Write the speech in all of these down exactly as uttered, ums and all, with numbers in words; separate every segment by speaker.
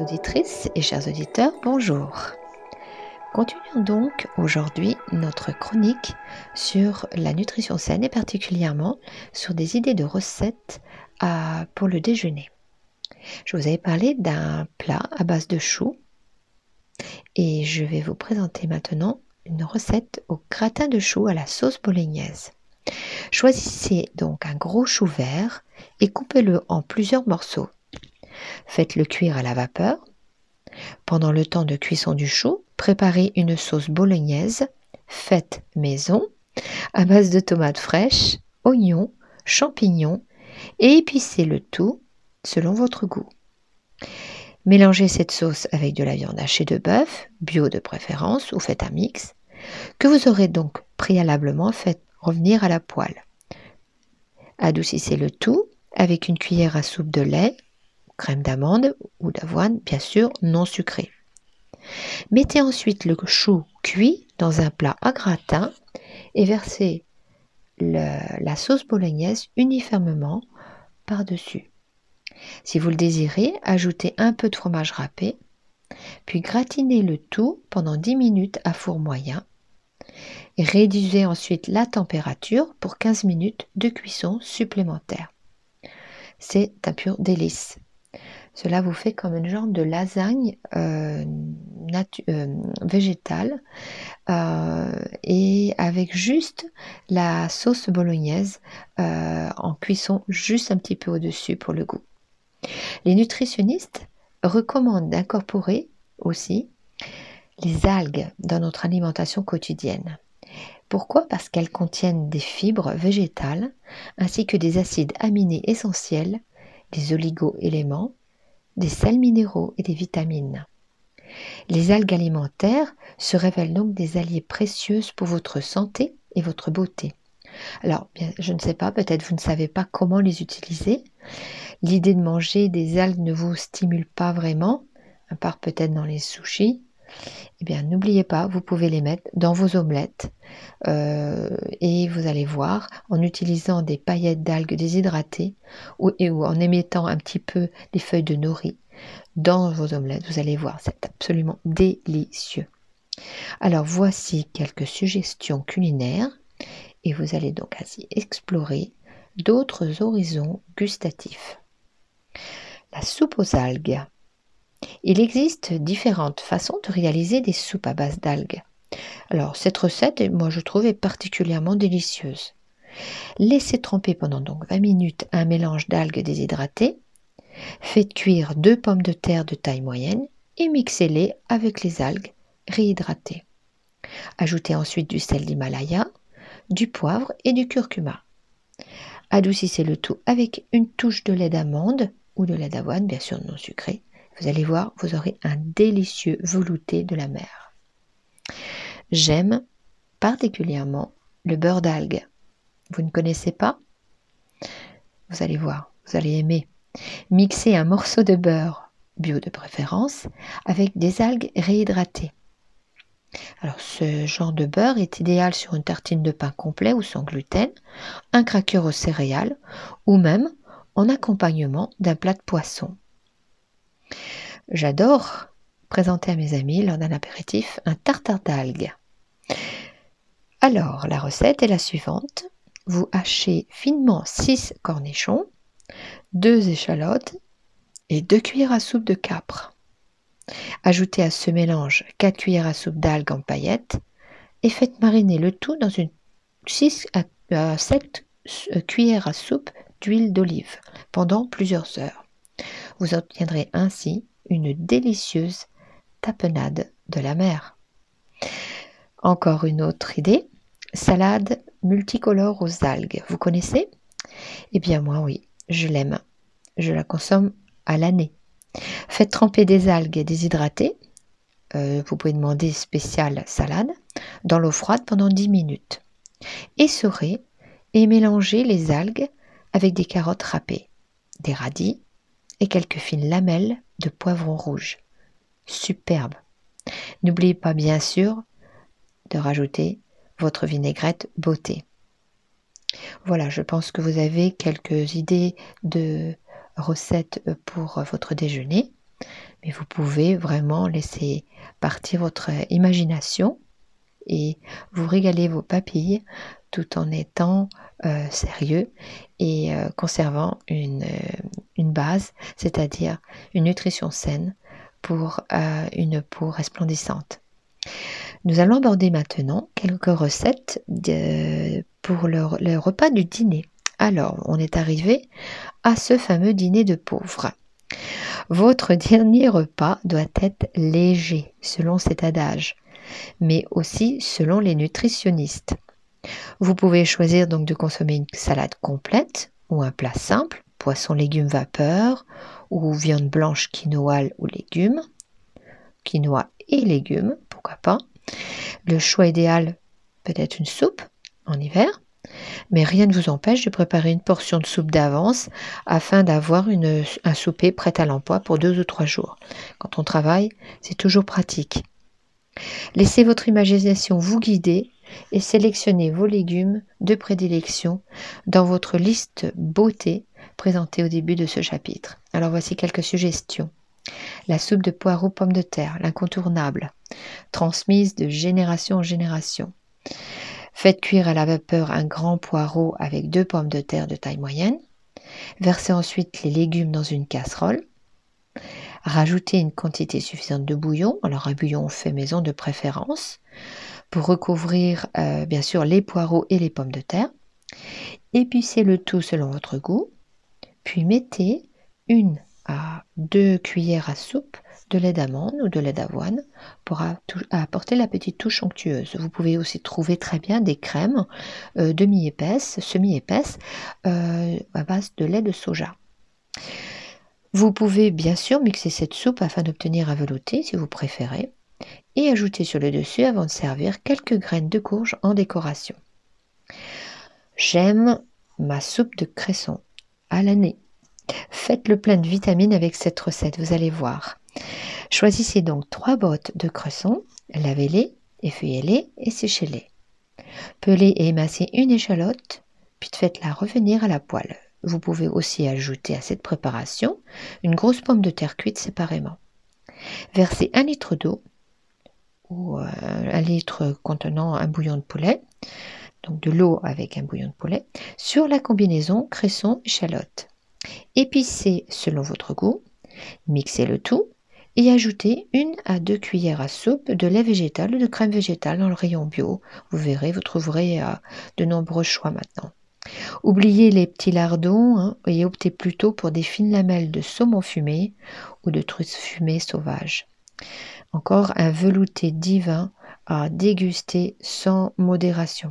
Speaker 1: auditrices et chers auditeurs, bonjour. Continuons donc aujourd'hui notre chronique sur la nutrition saine et particulièrement sur des idées de recettes à- pour le déjeuner. Je vous avais parlé d'un plat à base de choux et je vais vous présenter maintenant une recette au gratin de choux à la sauce bolognaise. Choisissez donc un gros chou vert et coupez-le en plusieurs morceaux. Faites-le cuire à la vapeur. Pendant le temps de cuisson du chou, préparez une sauce bolognaise faite maison à base de tomates fraîches, oignons, champignons et épicez le tout selon votre goût. Mélangez cette sauce avec de la viande hachée de bœuf, bio de préférence, ou faites un mix, que vous aurez donc préalablement fait revenir à la poêle. Adoucissez le tout avec une cuillère à soupe de lait, crème d'amande ou d'avoine, bien sûr non sucrée. Mettez ensuite le chou cuit dans un plat à gratin et versez le- la sauce bolognaise uniformément par-dessus. Si vous le désirez, ajoutez un peu de fromage râpé, puis gratinez le tout pendant dix minutes à four moyen et réduisez ensuite la température pour quinze minutes de cuisson supplémentaire. C'est un pur délice. Cela vous fait comme une genre de lasagne euh, natu- euh, végétale euh, et avec juste la sauce bolognaise euh, en cuisson juste un petit peu au-dessus pour le goût. Les nutritionnistes recommandent d'incorporer aussi les algues dans notre alimentation quotidienne. Pourquoi? Parce qu'elles contiennent des fibres végétales ainsi que des acides aminés essentiels, des oligo-éléments, des sels minéraux et des vitamines. Les algues alimentaires se révèlent donc des alliés précieux pour votre santé et votre beauté. Alors, bien, je ne sais pas, peut-être vous ne savez pas comment les utiliser. L'idée de manger des algues ne vous stimule pas vraiment, à part peut-être dans les sushis. Eh bien, n'oubliez pas, vous pouvez les mettre dans vos omelettes euh, et vous allez voir, en utilisant des paillettes d'algues déshydratées ou, et, ou en émettant un petit peu des feuilles de nori dans vos omelettes, vous allez voir, c'est absolument délicieux. Alors voici quelques suggestions culinaires et vous allez donc ainsi explorer d'autres horizons gustatifs. La soupe aux algues. Il existe différentes façons de réaliser des soupes à base d'algues. Alors cette recette, moi je trouve, est particulièrement délicieuse. Laissez tremper pendant donc vingt minutes un mélange d'algues déshydratées. Faites cuire deux pommes de terre de taille moyenne et mixez-les avec les algues réhydratées. Ajoutez ensuite du sel d'Himalaya, du poivre et du curcuma. Adoucissez le tout avec une touche de lait d'amande ou de lait d'avoine, bien sûr non sucré. Vous allez voir, vous aurez un délicieux velouté de la mer. J'aime particulièrement le beurre d'algue. Vous ne connaissez pas? Vous allez voir, vous allez aimer. Mixez un morceau de beurre, bio de préférence, avec des algues réhydratées. Alors ce genre de beurre est idéal sur une tartine de pain complet ou sans gluten, un cracker aux céréales ou même en accompagnement d'un plat de poisson. J'adore présenter à mes amis lors d'un apéritif un tartare d'algues. Alors la recette est la suivante. Vous hachez finement six cornichons, deux échalotes et deux cuillères à soupe de capre. Ajoutez à ce mélange quatre cuillères à soupe d'algues en paillettes et faites mariner le tout dans une six à sept cuillères à soupe d'huile d'olive pendant plusieurs heures. Vous obtiendrez ainsi une délicieuse tapenade de la mer. Encore une autre idée, salade multicolore aux algues. Vous connaissez? Eh bien moi oui, je l'aime. Je la consomme à l'année. Faites tremper des algues déshydratées, euh, vous pouvez demander spéciale salade, dans l'eau froide pendant dix minutes. Essorez et mélangez les algues avec des carottes râpées, des radis et quelques fines lamelles de poivron rouge. Superbe! N'oubliez pas bien sûr de rajouter votre vinaigrette beauté. Voilà, je pense que vous avez quelques idées de recettes pour votre déjeuner. mais vous pouvez vraiment laisser partir votre imagination et vous régaler vos papilles tout en étant euh, sérieux et euh, conservant une, euh, une base, c'est-à-dire une nutrition saine pour euh, une peau resplendissante. Nous allons aborder maintenant quelques recettes de, pour le, le repas du dîner. Alors, on est arrivé à ce fameux dîner de pauvres. Votre dernier repas doit être léger, selon cet adage, mais aussi selon les nutritionnistes. Vous pouvez choisir donc de consommer une salade complète ou un plat simple, poisson, légumes, vapeur, ou viande blanche, quinoa ou légumes, quinoa et légumes, pourquoi pas. Le choix idéal peut être une soupe en hiver, mais rien ne vous empêche de préparer une portion de soupe d'avance afin d'avoir une, un souper prêt à l'emploi pour deux ou trois jours. Quand on travaille, c'est toujours pratique. Laissez votre imagination vous guider et sélectionnez vos légumes de prédilection dans votre liste beauté présentée au début de ce chapitre. Alors voici quelques suggestions. La soupe de poireaux pommes de terre, l'incontournable, transmise de génération en génération. Faites cuire à la vapeur un grand poireau avec deux pommes de terre de taille moyenne. Versez ensuite les légumes dans une casserole. Rajoutez une quantité suffisante de bouillon, alors un bouillon fait maison de préférence, pour recouvrir euh, bien sûr les poireaux et les pommes de terre. Épicez le tout selon votre goût, puis mettez une à deux cuillères à soupe de lait d'amande ou de lait d'avoine pour apporter la petite touche onctueuse. Vous pouvez aussi trouver très bien des crèmes euh, demi-épaisses, semi-épaisses, euh, à base de lait de soja. Vous pouvez bien sûr mixer cette soupe afin d'obtenir un velouté si vous préférez et ajouter sur le dessus avant de servir quelques graines de courge en décoration. J'aime ma soupe de cresson à l'année. Faites le plein de vitamines avec cette recette, vous allez voir. Choisissez donc trois bottes de cresson, lavez-les, effeuillez-les et séchez-les. Pelez et émincez une échalote, puis faites-la revenir à la poêle. Vous pouvez aussi ajouter à cette préparation une grosse pomme de terre cuite séparément. Versez un litre d'eau ou euh, un litre contenant un bouillon de poulet, donc de l'eau avec un bouillon de poulet, sur la combinaison cresson-échalote. Épicez selon votre goût, mixez le tout et ajoutez une à deux cuillères à soupe de lait végétal ou de crème végétale dans le rayon bio. Vous verrez, vous trouverez euh, de nombreux choix maintenant. Oubliez les petits lardons hein, et optez plutôt pour des fines lamelles de saumon fumé ou de truffes fumées sauvages. Encore un velouté divin à déguster sans modération.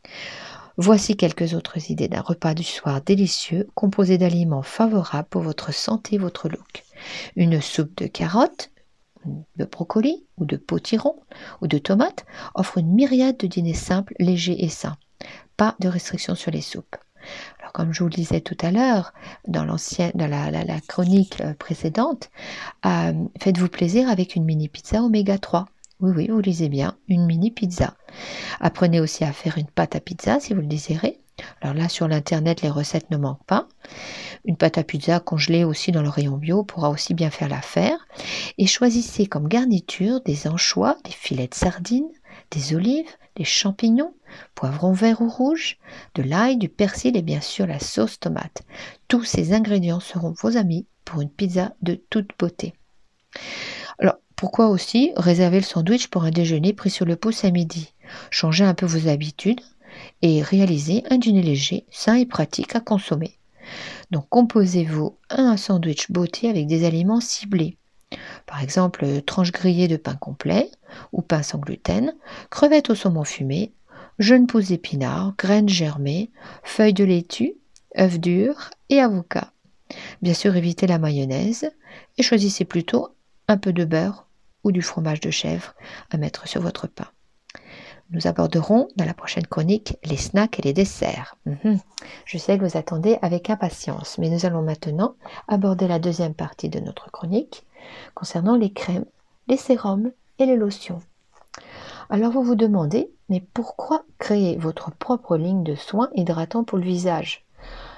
Speaker 1: Voici quelques autres idées d'un repas du soir délicieux composé d'aliments favorables pour votre santé et votre look. Une soupe de carottes, de brocoli ou de potiron ou de tomates offre une myriade de dîners simples, légers et sains. Pas de restrictions sur les soupes. Alors, comme je vous le disais tout à l'heure, dans, l'ancienne, dans la, la, la chronique précédente, euh, faites-vous plaisir avec une mini pizza oméga trois. Oui, oui, vous lisez bien, une mini pizza. Apprenez aussi à faire une pâte à pizza si vous le désirez. Alors là, sur l'internet, les recettes ne manquent pas. Une pâte à pizza congelée aussi dans le rayon bio pourra aussi bien faire l'affaire. Et choisissez comme garniture des anchois, des filets de sardines, des olives, des champignons, poivrons verts ou rouges, de l'ail, du persil et bien sûr la sauce tomate. Tous ces ingrédients seront vos amis pour une pizza de toute beauté. Alors, pourquoi aussi réserver le sandwich pour un déjeuner pris sur le pouce à midi? Changez un peu vos habitudes et réalisez un dîner léger, sain et pratique à consommer. Donc, composez-vous un sandwich beauté avec des aliments ciblés. Par exemple, tranche grillée de pain complet ou pain sans gluten, crevettes au saumon fumé, jeunes pousses d'épinards, graines germées, feuilles de laitue, œufs durs et avocat. Bien sûr, évitez la mayonnaise et choisissez plutôt un peu de beurre ou du fromage de chèvre à mettre sur votre pain. Nous aborderons dans la prochaine chronique les snacks et les desserts. Mmh. Je sais que vous attendez avec impatience, mais nous allons maintenant aborder la deuxième partie de notre chronique concernant les crèmes, les sérums et les lotions. Alors vous vous demandez, mais pourquoi créer votre propre ligne de soins hydratants pour le visage?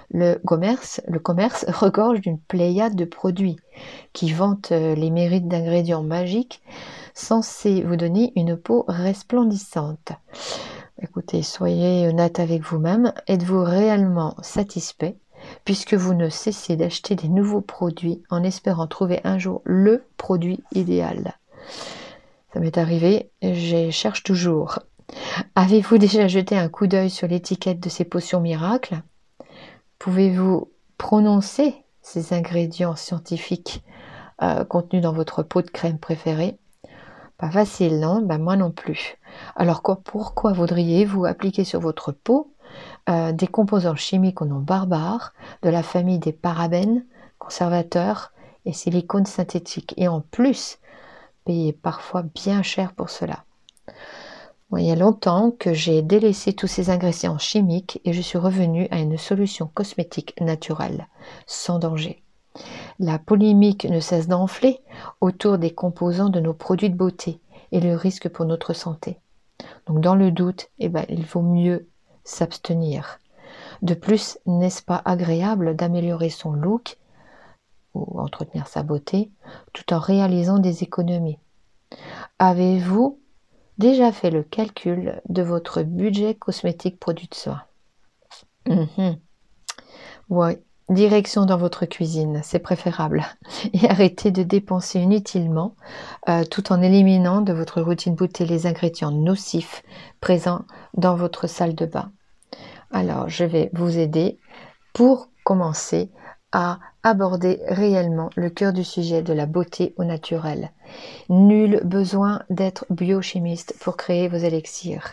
Speaker 1: Le commerce, le commerce regorge d'une pléiade de produits qui vantent euh, les mérites d'ingrédients magiques censés vous donner une peau resplendissante. Écoutez, soyez honnête avec vous-même. Êtes-vous réellement satisfait puisque vous ne cessez d'acheter des nouveaux produits en espérant trouver un jour le produit idéal? Ça m'est arrivé, je cherche toujours. Avez-vous déjà jeté un coup d'œil sur l'étiquette de ces potions miracles? Pouvez-vous prononcer ces ingrédients scientifiques euh, contenus dans votre pot de crème préférée? Pas facile, non? Ben, moi non plus. Alors quoi, pourquoi voudriez-vous appliquer sur votre peau euh, des composants chimiques au nom barbare de la famille des parabènes, conservateurs et silicones synthétiques, et en plus payer parfois bien cher pour cela? Bon, il y a longtemps que j'ai délaissé tous ces ingrédients chimiques et je suis revenue à une solution cosmétique naturelle, sans danger. La polémique ne cesse d'enfler autour des composants de nos produits de beauté et le risque pour notre santé. Donc dans le doute, eh ben, il vaut mieux s'abstenir. De plus, n'est-ce pas agréable d'améliorer son look ou entretenir sa beauté tout en réalisant des économies? Avez-vous déjà fait le calcul de votre budget cosmétique produit de soin? Mhm. Ouais, direction dans votre cuisine, c'est préférable. Et arrêtez de dépenser inutilement euh, tout en éliminant de votre routine beauté les ingrédients nocifs présents dans votre salle de bain. Alors, je vais vous aider pour commencer à aborder réellement le cœur du sujet de la beauté au naturel. Nul besoin d'être biochimiste pour créer vos élixirs.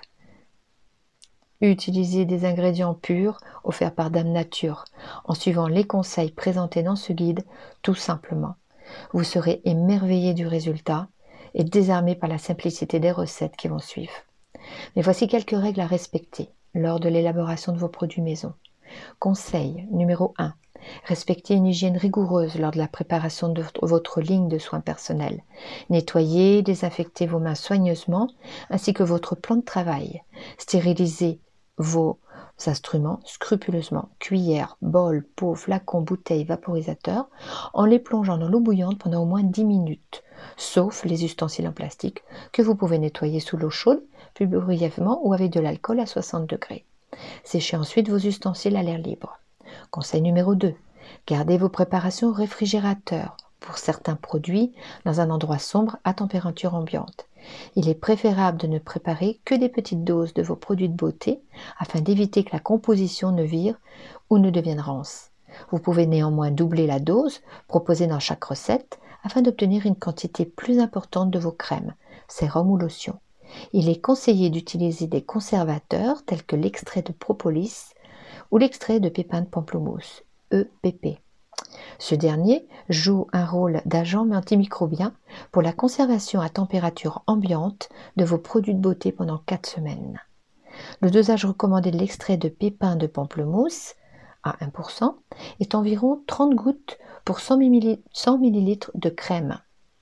Speaker 1: Utilisez des ingrédients purs offerts par Dame Nature en suivant les conseils présentés dans ce guide, tout simplement. Vous serez émerveillé du résultat et désarmé par la simplicité des recettes qui vont suivre. Mais voici quelques règles à respecter lors de l'élaboration de vos produits maison. Conseil numéro un. Respectez une hygiène rigoureuse lors de la préparation de votre ligne de soins personnels. Nettoyez, désinfectez vos mains soigneusement ainsi que votre plan de travail. Stérilisez vos instruments scrupuleusement, cuillères, bols, pots, flacons, bouteilles, vaporisateurs, en les plongeant dans l'eau bouillante pendant au moins dix minutes, sauf les ustensiles en plastique que vous pouvez nettoyer sous l'eau chaude, plus brièvement ou avec de l'alcool à soixante degrés. Séchez ensuite vos ustensiles à l'air libre. Conseil numéro deux. Gardez vos préparations au réfrigérateur, pour certains produits, dans un endroit sombre à température ambiante. Il est préférable de ne préparer que des petites doses de vos produits de beauté afin d'éviter que la composition ne vire ou ne devienne rance. Vous pouvez néanmoins doubler la dose proposée dans chaque recette afin d'obtenir une quantité plus importante de vos crèmes, sérums ou lotions. Il est conseillé d'utiliser des conservateurs tels que l'extrait de propolis ou l'extrait de pépins de pamplemousse, E P P. Ce dernier joue un rôle d'agent antimicrobien pour la conservation à température ambiante de vos produits de beauté pendant quatre semaines. Le dosage recommandé de l'extrait de pépins de pamplemousse à un pour cent est environ trente gouttes pour cent millilitres de crème.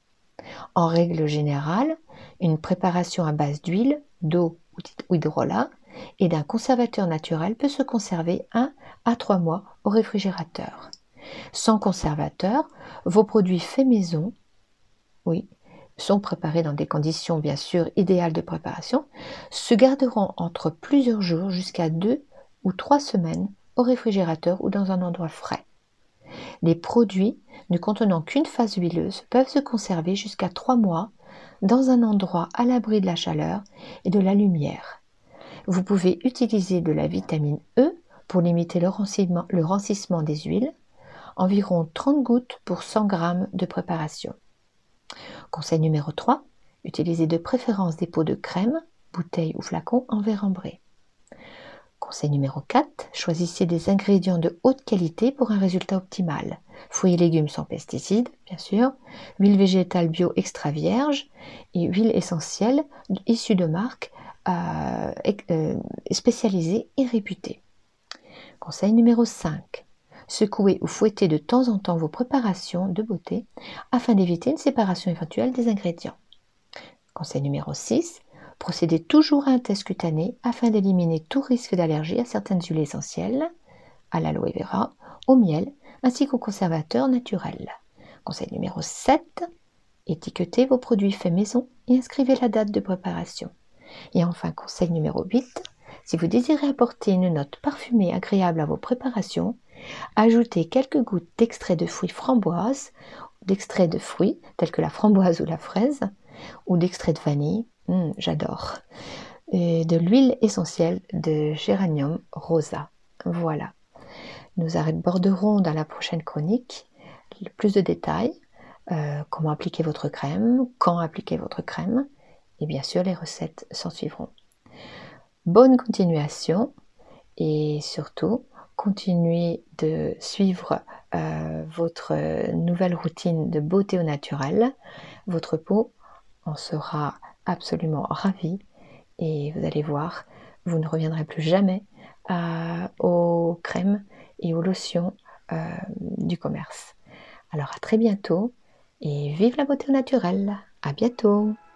Speaker 1: En règle générale, une préparation à base d'huile, d'eau ou d'hydrolat et d'un conservateur naturel peut se conserver un à trois mois au réfrigérateur. Sans conservateur, vos produits faits maison, oui, sont préparés dans des conditions bien sûr idéales de préparation, se garderont entre plusieurs jours jusqu'à deux ou trois semaines au réfrigérateur ou dans un endroit frais. Les produits ne contenant qu'une phase huileuse peuvent se conserver jusqu'à trois mois dans un endroit à l'abri de la chaleur et de la lumière. Vous pouvez utiliser de la vitamine E pour limiter le rancissement, le rancissement des huiles, environ trente gouttes pour cent grammes de préparation. Conseil numéro trois, utilisez de préférence des pots de crème, bouteilles ou flacons en verre ambré. Conseil numéro quatre, choisissez des ingrédients de haute qualité pour un résultat optimal. Fruits et légumes sans pesticides, bien sûr, huile végétale bio extra vierge et huile essentielle issue de marques euh, euh, spécialisées et réputées. Conseil numéro cinq, secouez ou fouettez de temps en temps vos préparations de beauté afin d'éviter une séparation éventuelle des ingrédients. Conseil numéro six, procédez toujours à un test cutané afin d'éliminer tout risque d'allergie à certaines huiles essentielles. à l'aloe vera, au miel, ainsi qu'au conservateur naturel. Conseil numéro sept, étiquetez vos produits faits maison et inscrivez la date de préparation. Et enfin, conseil numéro huit, si vous désirez apporter une note parfumée agréable à vos préparations, ajoutez quelques gouttes d'extrait de fruits framboises, d'extrait de fruits tels que la framboise ou la fraise, ou d'extrait de vanille, mmh, j'adore, et de l'huile essentielle de géranium rosa. Voilà. Nous aborderons dans la prochaine chronique plus de détails, euh, comment appliquer votre crème, quand appliquer votre crème, et bien sûr les recettes s'en suivront. Bonne continuation et surtout, continuez de suivre euh, votre nouvelle routine de beauté au naturel. Votre peau en sera absolument ravie et vous allez voir, vous ne reviendrez plus jamais euh, aux crèmes et aux lotions euh, du commerce. Alors à très bientôt et vive la beauté au naturel. À bientôt.